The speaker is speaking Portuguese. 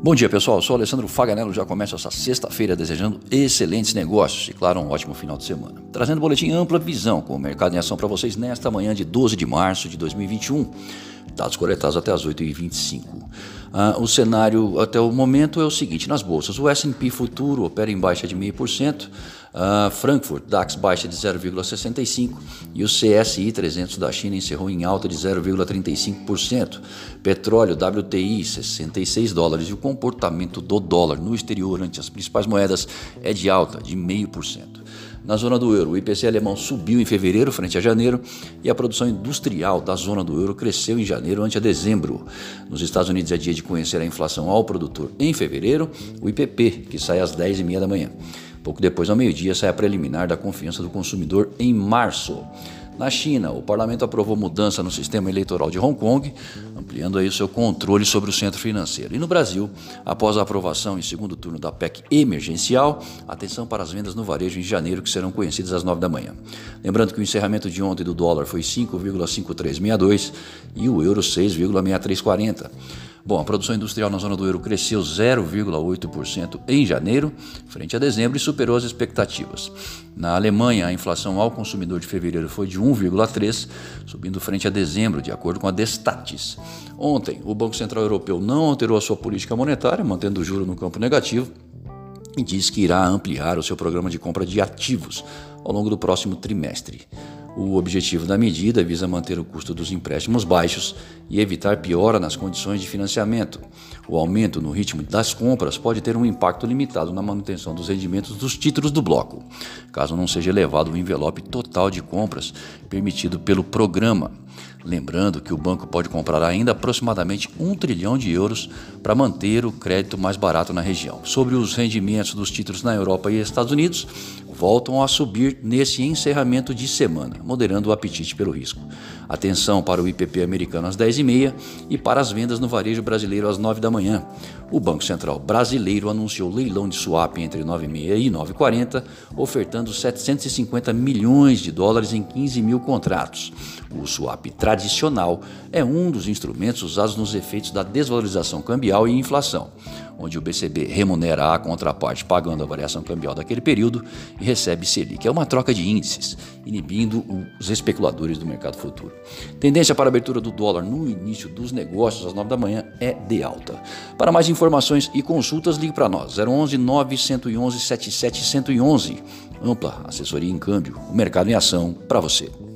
Bom dia, pessoal. Eu sou o Alessandro Faganello. Já começo essa sexta-feira desejando excelentes negócios e, claro, um ótimo final de semana. Trazendo boletim ampla visão com o mercado em ação para vocês nesta manhã de 12 de março de 2021. Dados coletados até as 8h25. O cenário até o momento é o seguinte: nas bolsas, o S&P futuro opera em baixa de 0,5%, Frankfurt DAX baixa de 0,65% e o CSI 300 da China encerrou em alta de 0,35%. Petróleo WTI $66 e o comportamento do dólar no exterior ante as principais moedas é de alta de 0,5%. Na zona do euro, o IPC alemão subiu em fevereiro frente a janeiro e a produção industrial da zona do euro cresceu em janeiro ante a dezembro. Nos Estados Unidos é dia de conhecer a inflação ao produtor em fevereiro, o IPP, que sai às 10h30 da manhã. Pouco depois, ao meio-dia, sai a preliminar da confiança do consumidor em março. Na China, o parlamento aprovou mudança no sistema eleitoral de Hong Kong, ampliando aí o seu controle sobre o centro financeiro. E no Brasil, após a aprovação em segundo turno da PEC emergencial, atenção para as vendas no varejo em janeiro, que serão conhecidas às 9 da manhã. Lembrando que o encerramento de ontem do dólar foi 5,5362 e o euro 6,6340. Bom, a produção industrial na zona do euro cresceu 0,8% em janeiro, frente a dezembro, e superou as expectativas. Na Alemanha, a inflação ao consumidor de fevereiro foi de 1,3%, subindo frente a dezembro, de acordo com a Destatis. Ontem, o Banco Central Europeu não alterou a sua política monetária, mantendo o juro no campo negativo, e diz que irá ampliar o seu programa de compra de ativos ao longo do próximo trimestre. O objetivo da medida visa manter o custo dos empréstimos baixos e evitar piora nas condições de financiamento. O aumento no ritmo das compras pode ter um impacto limitado na manutenção dos rendimentos dos títulos do bloco, caso não seja elevado o envelope total de compras permitido pelo programa. Lembrando que o banco pode comprar ainda aproximadamente 1 trilhão de euros para manter o crédito mais barato na região. Sobre os rendimentos dos títulos na Europa e Estados Unidos, voltam a subir nesse encerramento de semana, moderando o apetite pelo risco. Atenção para o IPP americano às 10h30 e para as vendas no varejo brasileiro às 9 da manhã. O Banco Central brasileiro anunciou leilão de swap entre 9h30 e 9h40, ofertando 750 milhões de dólares em 15 mil contratos. O swap tradicional é um dos instrumentos usados nos efeitos da desvalorização cambial e inflação, onde o BCB remunera a contraparte pagando a variação cambial daquele período e recebe Selic. É uma troca de índices, inibindo os especuladores do mercado futuro. Tendência para a abertura do dólar no início dos negócios às 9 da manhã é de alta. Para mais informações e consultas, ligue para nós, 011 911 77 111. Ampla assessoria em câmbio, o mercado em ação para você.